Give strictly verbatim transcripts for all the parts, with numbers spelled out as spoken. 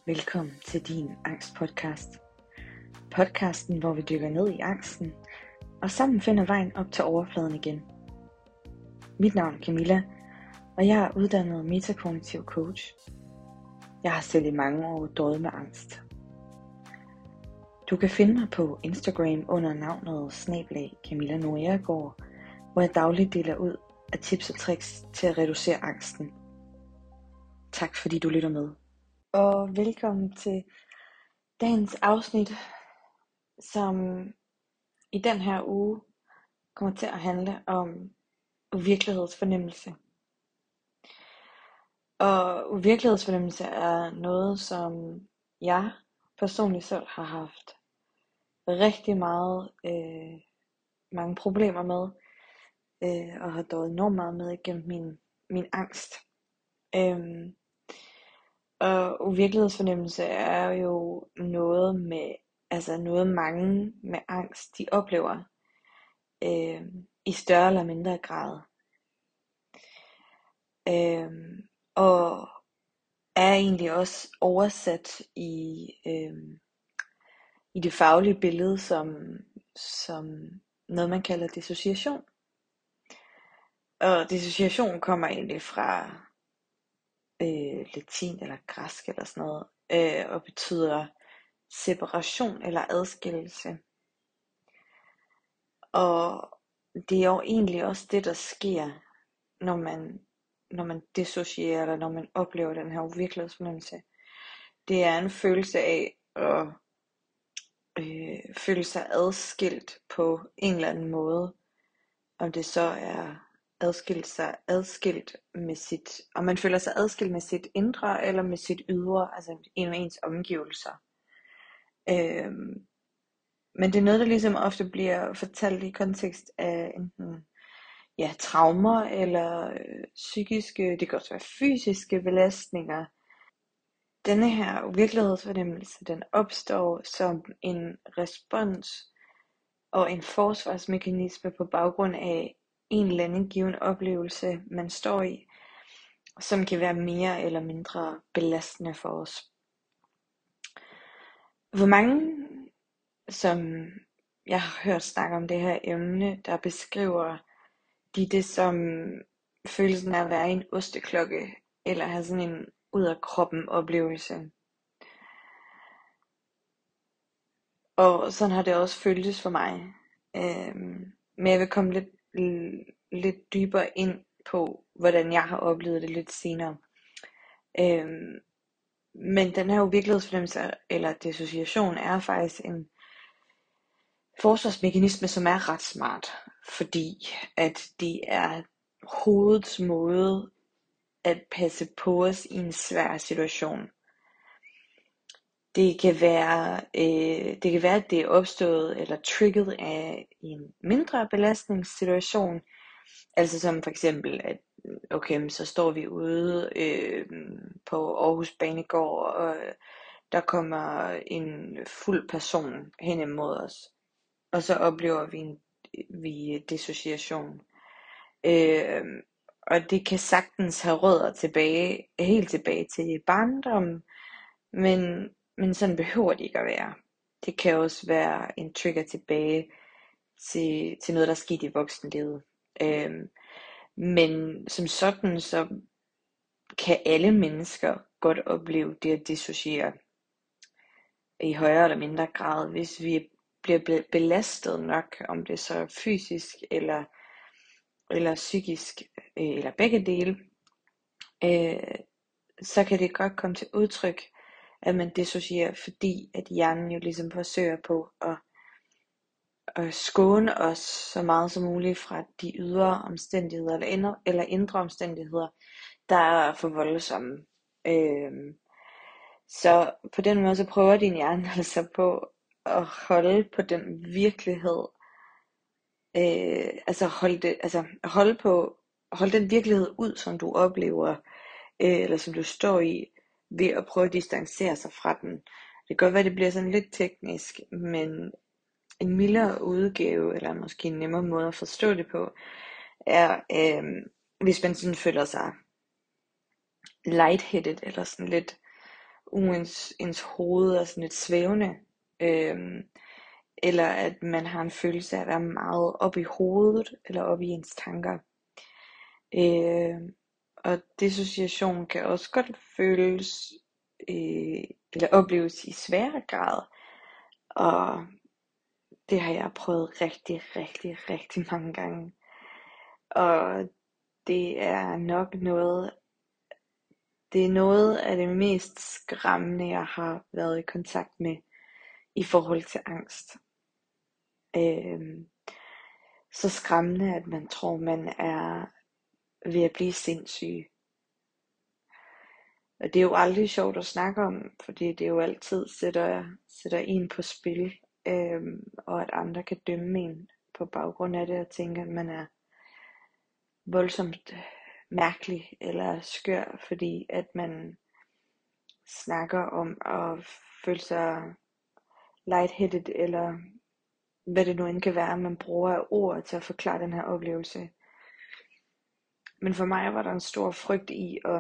Velkommen til din angstpodcast. Podcasten, hvor vi dykker ned i angsten, og sammen finder vejen op til overfladen igen. Mit navn er Camilla, og jeg er uddannet metakognitiv coach. Jeg har selv i mange år døjet med angst. Du kan finde mig på Instagram under navnet snabel-a Camilla Noriagaard, hvor jeg dagligt deler ud af tips og tricks til at reducere angsten. Tak fordi du lytter med. Og velkommen til dagens afsnit, som i den her uge kommer til at handle om uvirkelighedsfornemmelse. Og uvirkelighedsfornemmelse er noget, som jeg personligt selv har haft rigtig meget øh, mange problemer med, øh, og har døjet enormt meget med igennem min, min angst. Øhm, og uvirkelighedsfornemmelse er jo noget med, altså noget mange med angst, de oplever øh, i større eller mindre grad. Øh, og er egentlig også oversat i, øh, i det faglige billede som, som noget, man kalder dissociation. Og dissociation kommer egentlig fra øh, latin eller græsk eller sådan noget, øh, og betyder separation eller adskillelse. Og det er jo egentlig også det, der sker, når man, når man dissocierer, eller når man oplever den her uvirkelighedsfornemmelse. Det er en følelse af at øh, føle sig adskilt på en eller anden måde. Om det så er adskilt sig adskilt med sit, om man føler sig adskilt med sit indre eller med sit ydre, altså en af ens omgivelser. Øhm, men det er noget, der ligesom ofte bliver fortalt i kontekst af enten ja, traumer eller øh, psykiske, det kan også være fysiske belastninger. Denne her virkelighedsfornemmelse, den opstår som en respons og en forsvarsmekanisme på baggrund af en eller anden given oplevelse, man står i, som kan være mere eller mindre belastende for os. Hvor mange, som jeg har hørt snakke om det her emne, der beskriver de det som følelsen af at være i en osteklokke, eller have sådan en ud af kroppen oplevelse. Og sådan har det også føltes for mig. Øhm, men jeg vil komme lidt, lidt dybere ind på, hvordan jeg har oplevet det lidt senere. Øhm, men den her uvirkelighedsfornemmelse, eller dissociation, er faktisk en forsvarsmekanisme, som er ret smart. Fordi at det er hovedets måde at passe på os i en svær situation. Det kan være, øh, det kan være, at det er opstået eller trigget af en mindre belastningssituation. Altså som for eksempel, at okay, så står vi ude øh, på Aarhus Banegård, og der kommer en fuld person hen imod os. Og så oplever vi en vi dissociation. Øh, og det kan sagtens have rødder tilbage, helt tilbage til barndommen, men men sådan behøver det ikke at være. Det kan også være en trigger tilbage til, til noget, der er sket i voksenlivet. Øhm, men som sådan, så kan alle mennesker godt opleve det at dissociere i højere eller mindre grad, hvis vi bliver belastet nok, om det så er fysisk eller, eller psykisk, eller begge dele, øh, så kan det godt komme til udtryk, at man dissocierer, fordi at hjernen jo ligesom forsøger på at, at skåne os så meget som muligt fra de ydre omstændigheder eller indre, eller indre omstændigheder, der er for voldsomme. Øhm, så på den måde så prøver din hjerne altså på at holde på den virkelighed, øh, altså holde det, altså holde på, holde den virkelighed ud, som du oplever, øh, eller som du står i, ved at prøve at distancere sig fra den. Det kan godt være, det bliver sådan lidt teknisk, men en mildere udgave, eller måske en nemmere måde at forstå det på, er, øh, hvis man sådan føler sig lightheaded, eller sådan lidt uh, ens, ens hoved er sådan lidt svævende, øhm, eller at man har en følelse af at være meget op i hovedet, eller op i ens tanker. Øh, og dissociation kan også godt føles, øh, eller opleves i sværere grad, og det har jeg prøvet rigtig, rigtig, rigtig mange gange. Og det er nok noget, det er noget af det mest skræmmende, jeg har været i kontakt med i forhold til angst. Øhm, så skræmmende, at man tror, man er ved at blive sindssyg. Og det er jo aldrig sjovt at snakke om, fordi det jo altid sætter, sætter en på spil, øhm, og at andre kan dømme en på baggrund af det, og tænke, at man er voldsomt mærkelig eller skør, fordi at man snakker om at føle sig lightheaded, eller hvad det nu end kan være, man bruger af ord til at forklare den her oplevelse. Men for mig var der en stor frygt i at,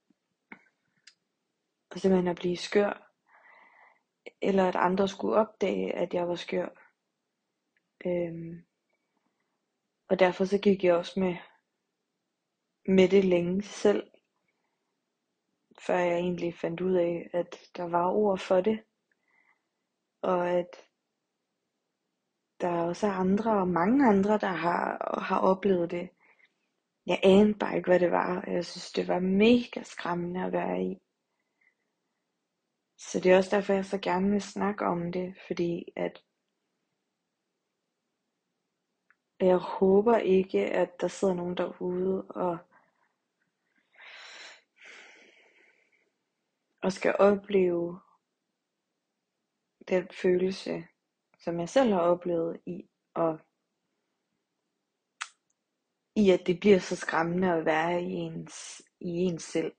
at simpelthen at blive skør, eller at andre skulle opdage, at jeg var skør. Øhm, og derfor så gik jeg også med, med det længe selv, før jeg egentlig fandt ud af, at der var ord for det, og at der er også andre, og mange andre, der har, har oplevet det. Jeg anede bare ikke, hvad det var, og jeg synes, det var mega skræmmende at være i. Så det er også derfor, jeg så gerne vil snakke om det, fordi at jeg håber ikke, at der sidder nogen derude og, og skal opleve den følelse, som jeg selv har oplevet i, og i at det bliver så skræmmende at være i ens, i ens selv.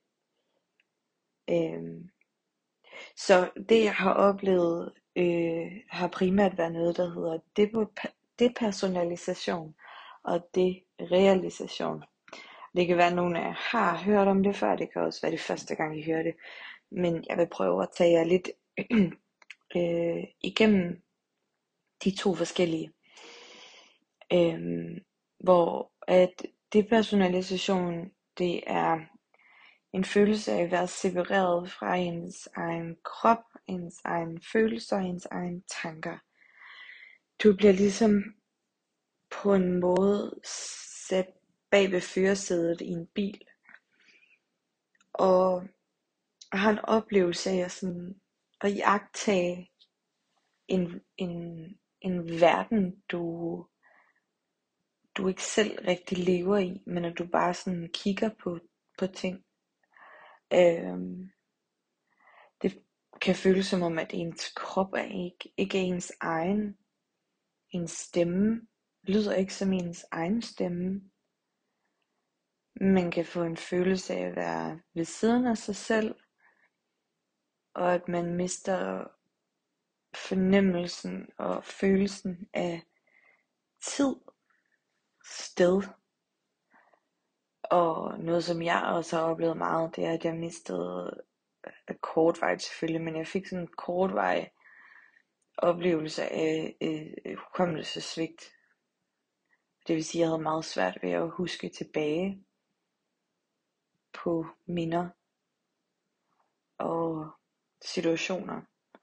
Øhm, så det jeg har oplevet, øh, har primært været noget, der hedder depo- depersonalisation og derealisation. Det kan være, at nogle af jer har hørt om det før, det kan også være det første gang, I hører det. Men jeg vil prøve at tage jer lidt øh, igennem de to forskellige. Øhm, hvor at depersonalisation, det er en følelse af at være separeret fra ens egen krop, ens egen følelser, ens egen tanker. Du bliver ligesom på en måde sat bag ved førersædet i en bil, og har en oplevelse af at, sådan, at iagttage en, en, en verden, du, du ikke selv rigtig lever i, men at du bare sådan kigger på, på ting. Øhm, det kan føles som om, at ens krop er ikke, ikke er ens egen. Ens stemme lyder ikke som ens egen stemme. Man kan få en følelse af at være ved siden af sig selv, og at man mister fornemmelsen og følelsen af tid, sted. Og noget som jeg også har oplevet meget, det er at jeg mistede kortvarigt selvfølgelig, men jeg fik sådan en kortvarig oplevelse af øh, hukommelsessvigt. Det vil sige, at jeg havde meget svært ved at huske tilbage på minder og situationer.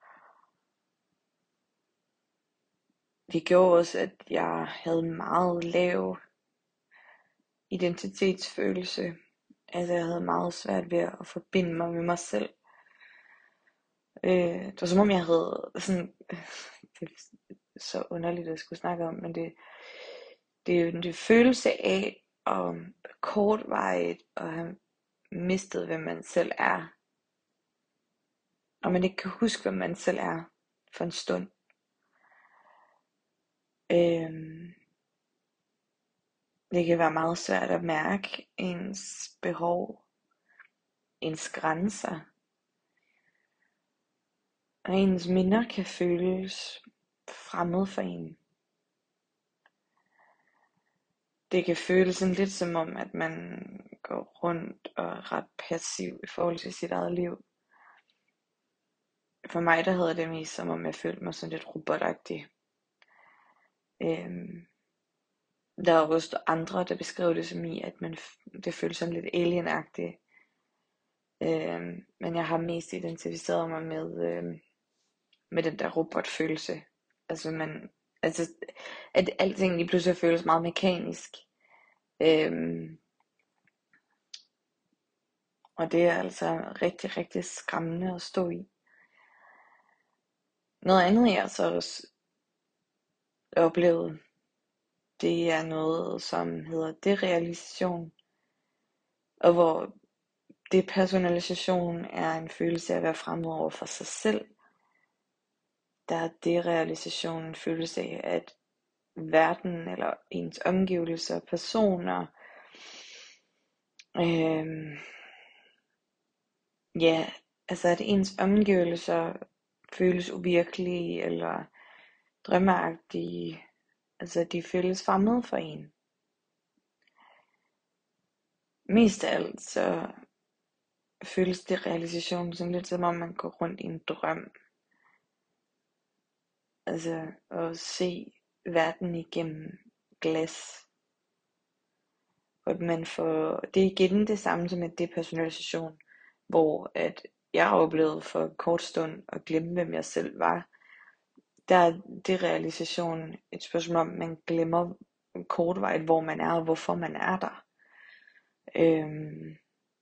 Det gjorde også, at jeg havde meget lav identitetsfølelse. Altså jeg havde meget svært ved at forbinde mig med mig selv. Øh, det var som om jeg havde sådan, det er så underligt at skulle snakke om, men det, det er jo en følelse af at kortvarigt at have mistet, hvem man selv er. Og man ikke kan huske, hvem man selv er for en stund. Øhm, det kan være meget svært at mærke ens behov, ens grænser. Og ens minder kan føles fremmed for en. Det kan føles sådan lidt som om, at man går rundt og er ret passiv i forhold til sit eget liv. for mig der havde det mest som om jeg følte mig sådan lidt robotagtig. Øhm, der er også andre der beskrev det som i at man det føles sådan lidt alienagtigt. Øhm, men jeg har mest identificeret mig med øhm, med den der robotfølelse. Altså man altså at alting lige pludselig føles meget mekanisk. Øhm, og det er altså rigtig rigtig skræmmende at stå i. Noget andet jeg så også oplevet, det er noget som hedder derealisation, og hvor depersonalisation er en følelse af at være fremmed over for sig selv. Der er derealisation en følelse af at verden eller ens omgivelser, personer, øhm, ja, altså at ens omgivelser føles uvirkelige eller drømmeagtige, altså de føles fremmede for en. Mest af alt så føles det realisation sådan lidt som om man går rundt i en drøm. Altså at se verden igennem glas. Og man får, det er igen det samme som en depersonalisation, hvor at jeg oplevede for en kort stund at glemme hvem jeg selv var. Der er derealisation et spørgsmål om man glemmer kortvarigt hvor man er og hvorfor man er der. Øhm,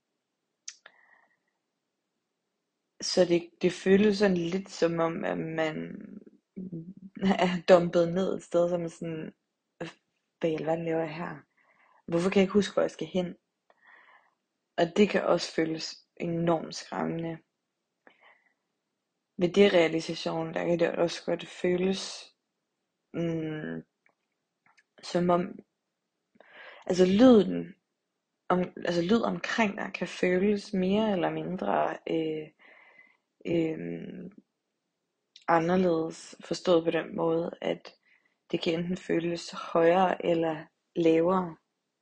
Så det, det føles sådan lidt som om, at man er dumpet ned et sted, som er sådan, hvad i alverden laver jeg her? Hvorfor kan jeg ikke huske, hvor jeg skal hen? Og det kan også føles enormt skræmmende. Ved det realisation, der kan det også godt føles mm, som om, altså lyden, om, altså lyd omkring dig kan føles mere eller mindre øh, øh, anderledes, forstået på den måde, at det kan enten føles højere eller lavere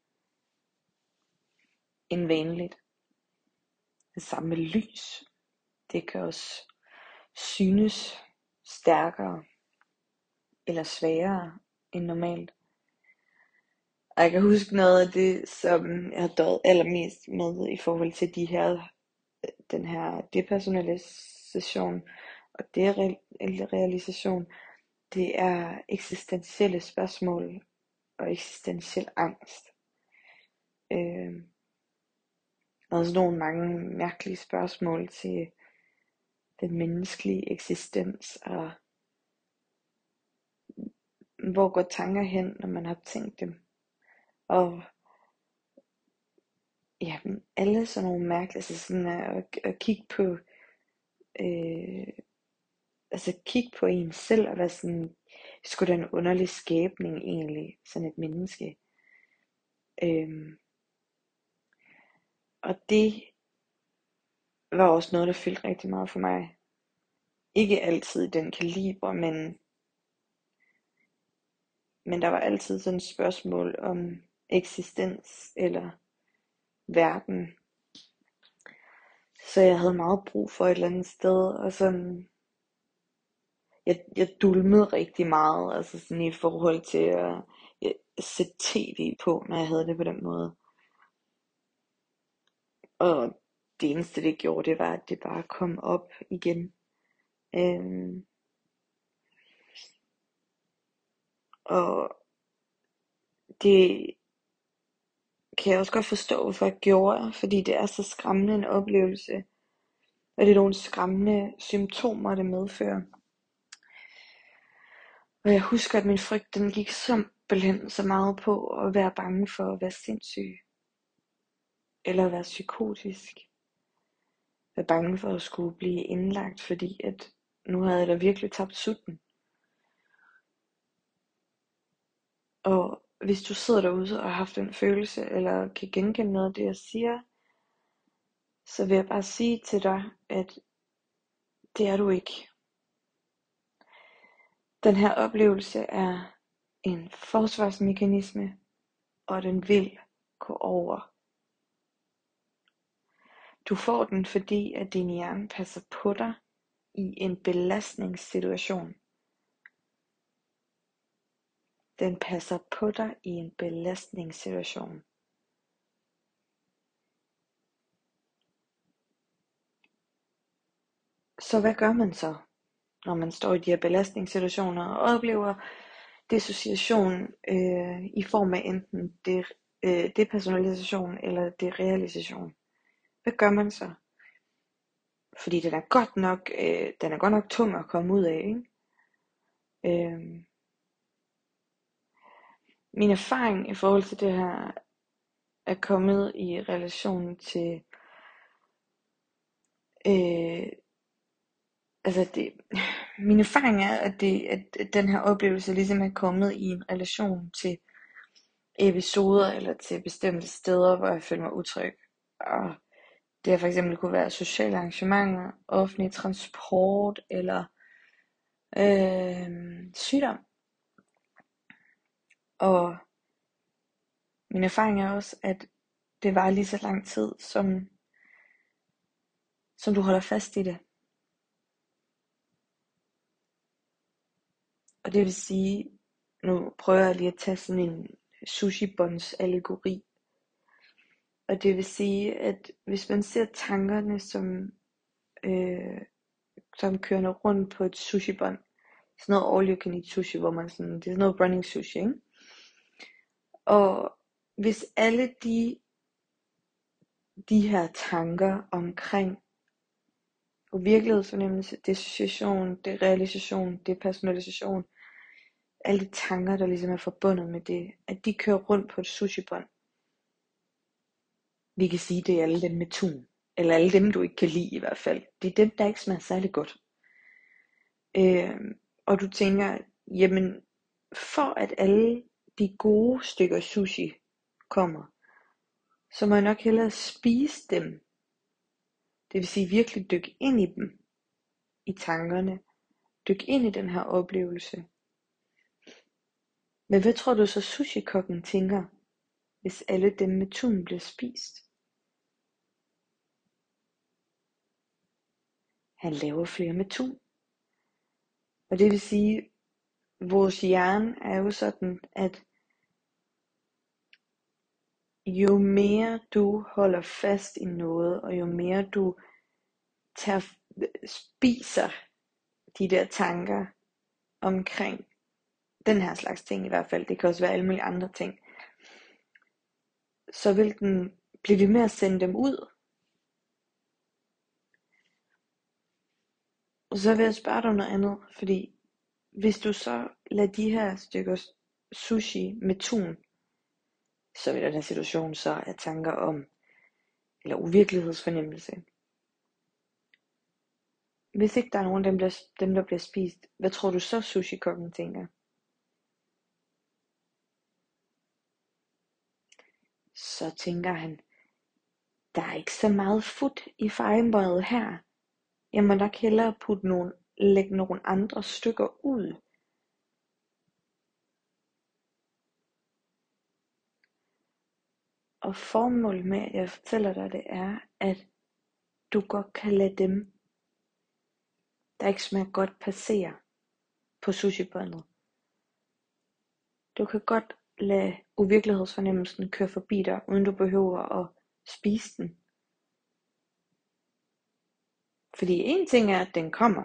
end vanligt. Det samme med lys. Det kan også synes stærkere eller sværere end normalt. Og jeg kan huske noget af det, som jeg har døjet allermest med i forhold til de her, den her depersonalisation og derealisation. Det er eksistentielle spørgsmål og eksistentiel angst. Øh, og sådan nogle mange mærkelige spørgsmål til den menneskelige eksistens, og hvor går tanker hen, når man har tænkt dem. Og ja, alle sådan nogle mærkelige, altså sådan at, at kigge på, øh, altså kigge på en selv, og være sådan, skulle da en underlig skæbning egentlig, sådan et menneske. Øh, og det var også noget, der fyldte rigtig meget for mig. Ikke altid i den kaliber, men, men der var altid sådan et spørgsmål om eksistens eller verden. Så jeg havde meget brug for et eller andet sted, og sådan, jeg, jeg dulmede rigtig meget, altså sådan i forhold til at jeg, sætte tv på, når jeg havde det på den måde. Og det eneste det gjorde, det var, at det bare kom op igen. Øhm, og det kan jeg også godt forstå, hvorfor jeg gjorde, fordi det er så skræmmende en oplevelse, og det er nogle skræmmende symptomer, det medfører. Og jeg husker, at min frygt, den gik simpelthen så meget på at være bange for at være sindssyg, eller at være psykotisk. Være bange for at skulle blive indlagt, fordi at nu havde jeg da virkelig tabt sutten. Og hvis du sidder derude og har haft en følelse, eller kan genkende noget af det, jeg siger, så vil jeg bare sige til dig, at det er du ikke. Den her oplevelse er en forsvarsmekanisme, og den vil gå over. Du får den, fordi at din hjerne passer på dig i en belastningssituation. Den passer på dig i en belastningssituation. Så hvad gør man så, når man står i de her belastningssituationer og oplever dissociation øh, i form af enten det, øh, depersonalisation eller derealisation? Hvad gør man så? Fordi den er godt nok, øh, den er godt nok tung at komme ud af, ikke? Øh, min erfaring i forhold til det her er kommet i relation til øh, altså det, min erfaring er, at, det, at den her oplevelse ligesom er kommet i en relation til episoder eller til bestemte steder, hvor jeg føler mig utryg. Og det har for eksempel kunne være sociale arrangementer, offentlig transport eller øh, sygdom. Og min erfaring er også, at det var lige så lang tid, som, som du holder fast i det. Og det vil sige, nu prøver jeg lige at tage sådan en sushi-buns allegori. Og det vil sige, at hvis man ser tankerne som, øh, som kørende rundt på et sushi-bun, sådan noget all you can eat sushi, hvor man sådan, det er sådan noget running sushi, ikke? Og hvis alle de, de her tanker omkring virkelighedsfornemmelse, dissociation, derealisation, depersonalisation, alle de tanker, der ligesom er forbundet med det, at de kører rundt på et sushi-bånd. Vi kan sige, det er alle dem med tun, eller alle dem, du ikke kan lide i hvert fald. Det er dem, der ikke smager særlig godt. Øh, og du tænker, jamen, for at alle de gode stykker sushi kommer, så må jeg nok hellere spise dem. Det vil sige virkelig dykke ind i dem, i tankerne. Dyk ind i den her oplevelse. Men hvad tror du så sushi-kokken tænker, hvis alle dem med tun bliver spist? Han laver flere med tun. Og det vil sige, vores hjerne er jo sådan, at jo mere du holder fast i noget, og jo mere du tager, spiser de der tanker omkring den her slags ting i hvert fald, det kan også være alle mulige andre ting, så vil den blive ved med at sende dem ud. Og så vil jeg spørge dig om noget andet, fordi hvis du så lader de her stykker sushi med tun, så vil den her situation så have tanker om, eller uvirkelighedsfornemmelse. Hvis ikke der er nogen af dem, der, dem, der bliver spist, hvad tror du så sushi-kokken tænker? Så tænker han, der er ikke så meget fut i fejembrødet her. Jeg må nok hellere putte nogle, lægge nogle andre stykker ud. Og formålet med, at jeg fortæller dig det, er, at du godt kan lade dem, der ikke smager godt, passere på sushi-båndet. Du kan godt lade uvirkelighedsfornemmelsen køre forbi dig, uden du behøver at spise den. Fordi en ting er, at den kommer.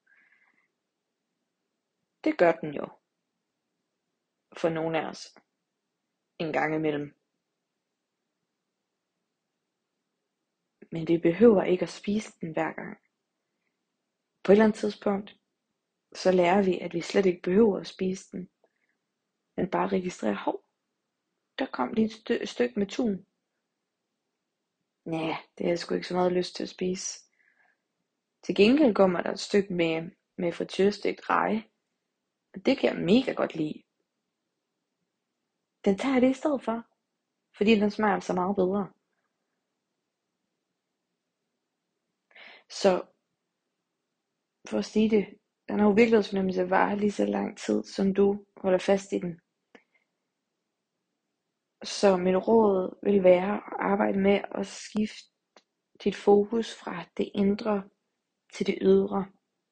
Det gør den jo. For nogle af os. En gang imellem. Men vi behøver ikke at spise den hver gang. På et eller andet tidspunkt, så lærer vi, at vi slet ikke behøver at spise den. Men bare registrere, hov, der kom lige et stø- stykke med tun. Næh, det har jeg sgu ikke så meget lyst til at spise. Til gengæld kommer der et stykke med, med frityrestegt reje. Og det kan jeg mega godt lide. Den tager jeg det i stedet for. Fordi den smager altså meget bedre. Så for at sige det, den her uvirkelighedsfornemmelse varer lige så lang tid, som du holder fast i den. Så mit råd vil være at arbejde med at skifte dit fokus fra det indre til det ydre.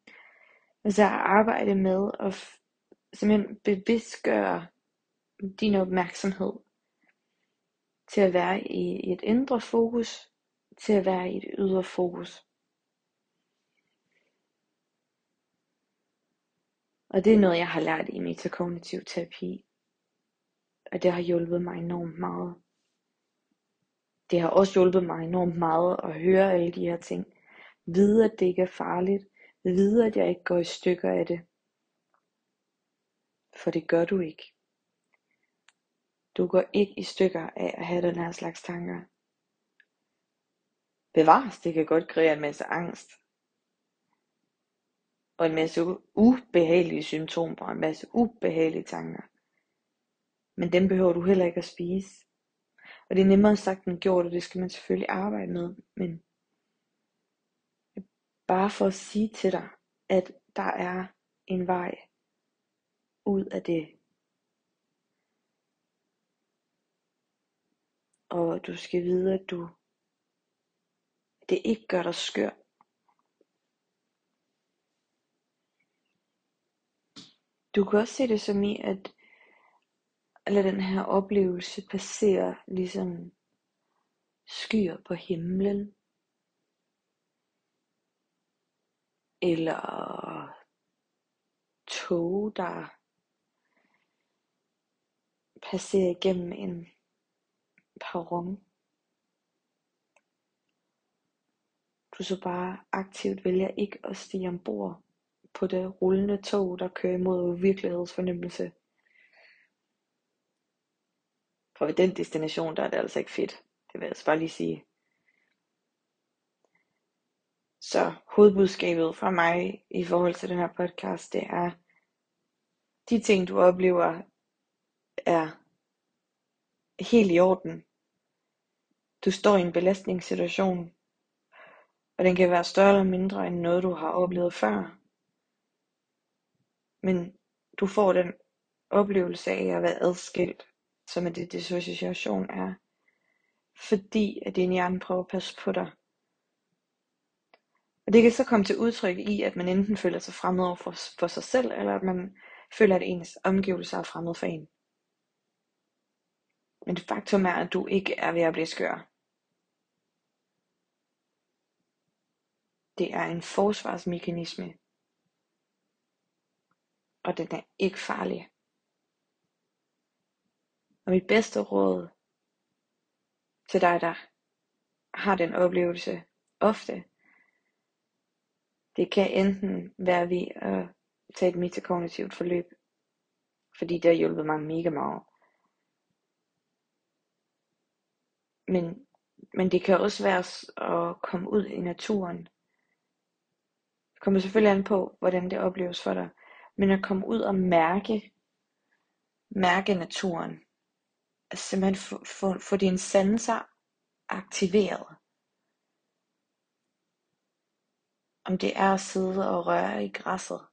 Altså at arbejde med at f- simpelthen bevidstgøre din opmærksomhed til at være i et indre fokus, til at være i et ydre fokus. Og det er noget, jeg har lært i metakognitiv terapi. Og det har hjulpet mig enormt meget. Det har også hjulpet mig enormt meget at høre alle de her ting. Vide, at det ikke er farligt. Vide, at jeg ikke går i stykker af det. For det gør du ikke. Du går ikke i stykker af at have den her slags tanker. Bevares, det kan godt kreere en masse angst. Og en masse ubehagelige symptomer og en masse ubehagelige tanker. Men dem behøver du heller ikke at spise. Og det er nemmere sagt end gjort, og det skal man selvfølgelig arbejde med. Men bare for at sige til dig, at der er en vej ud af det. Og du skal vide, at du det ikke gør dig skør. Du kan også se det som i, at lade den her oplevelse passere ligesom skyer på himlen. Eller tog, der passerer igennem en perron. Du så bare aktivt vælger ikke at stige ombord på det rullende tog, der kører imod virkelighedsfornemmelse. For ved den destination, der er det altså ikke fedt. Det vil jeg altså bare lige sige. Så hovedbudskabet fra mig i forhold til den her podcast, det er, de ting du oplever er helt i orden. Du står i en belastningssituation, og den kan være større eller mindre end noget du har oplevet før. Men du får den oplevelse af at være adskilt, som er det dissociation er. Fordi at din hjerne prøver at passe på dig. Og det kan så komme til udtryk i, at man enten føler sig fremmed over for, for sig selv, eller at man føler, at ens omgivelser er fremmed for en. Men det faktum er, at du ikke er ved at blive skør. Det er en forsvarsmekanisme. Og den er ikke farlig. Og mit bedste råd til dig, der har den oplevelse ofte, det kan enten være ved at tage et metakognitivt forløb, fordi det har hjulpet mig mega meget. Men, men det kan også være at komme ud i naturen. Det kommer selvfølgelig an på, hvordan det opleves for dig. Men at komme ud og mærke, mærke naturen. Altså simpelthen få, få, få dine sanser aktiveret. Om det er at sidde og røre i græsset.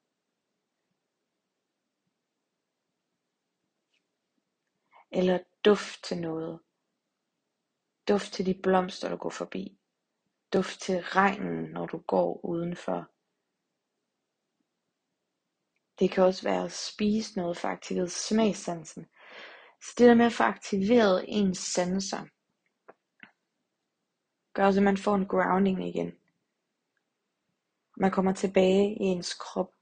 Eller duft til noget. Duft til de blomster, der går forbi. Duft til regnen, når du går udenfor. Det kan også være at spise noget for aktiveret smagssansen. Så det der med at få aktiveret ens sanser, gør også, at man får en grounding igen. Man kommer tilbage i ens krop.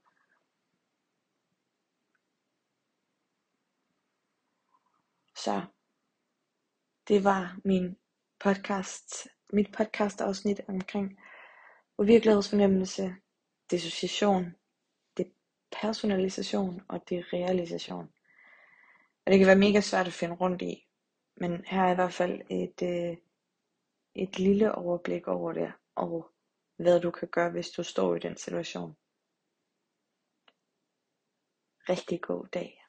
Så det var min podcast, mit podcast afsnit omkring uvirkelighedsfornemmelse, dissociation, depersonalisation og derealisation. Og det kan være mega svært at finde rundt i, men her er i hvert fald et, øh, et lille overblik over det, og hvad du kan gøre, hvis du står i den situation. Rigtig god dag.